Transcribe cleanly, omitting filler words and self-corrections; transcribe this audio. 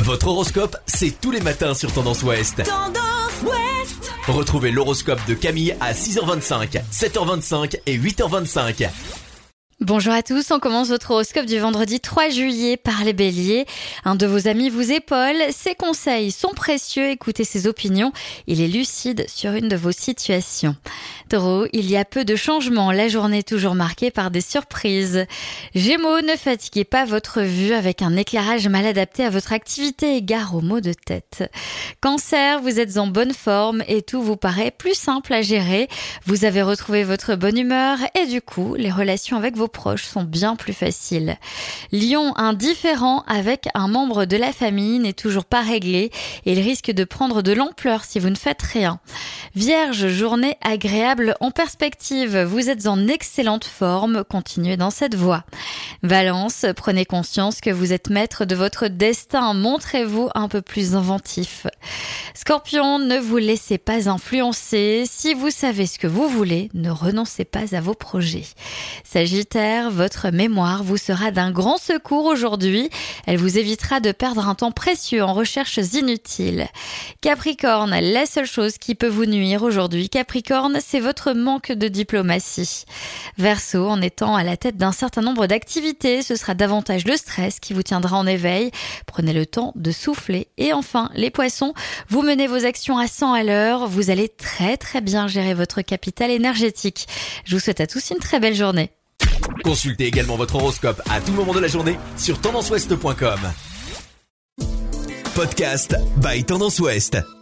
Votre horoscope, c'est tous les matins sur Tendance Ouest. Tendance Ouest. Retrouvez l'horoscope de Camille à 6h25, 7h25 et 8h25. Bonjour à tous, on commence votre horoscope du vendredi 3 juillet par les béliers. Un de vos amis vous épaule, ses conseils sont précieux, écoutez ses opinions, il est lucide sur une de vos situations. Taureau, il y a peu de changements, la journée est toujours marquée par des surprises. Gémeaux, ne fatiguez pas votre vue avec un éclairage mal adapté à votre activité et gare aux maux de tête. Cancer, vous êtes en bonne forme et tout vous paraît plus simple à gérer. Vous avez retrouvé votre bonne humeur et du coup, les relations avec vos proches sont bien plus faciles. Lion, un différend avec un membre de la famille n'est toujours pas réglé et il risque de prendre de l'ampleur si vous ne faites rien. Vierge, journée agréable en perspective. Vous êtes en excellente forme, continuez dans cette voie. Balance, prenez conscience que vous êtes maître de votre destin, montrez-vous un peu plus inventif. Scorpion, ne vous laissez pas influencer. Si vous savez ce que vous voulez, ne renoncez pas à vos projets. Sagittaire, votre mémoire vous sera d'un grand secours aujourd'hui. Elle vous évitera de perdre un temps précieux en recherches inutiles. Capricorne, la seule chose qui peut vous nuire aujourd'hui, Capricorne, c'est votre manque de diplomatie. Verseau, en étant à la tête d'un certain nombre d'activités, ce sera davantage le stress qui vous tiendra en éveil. Prenez le temps de souffler. Et enfin, les poissons, vous menez vos actions à 100 à l'heure. Vous allez très bien gérer votre capital énergétique. Je vous souhaite à tous une très belle journée. Consultez également votre horoscope à tout moment de la journée sur tendanceouest.com. Podcast by Tendance Ouest.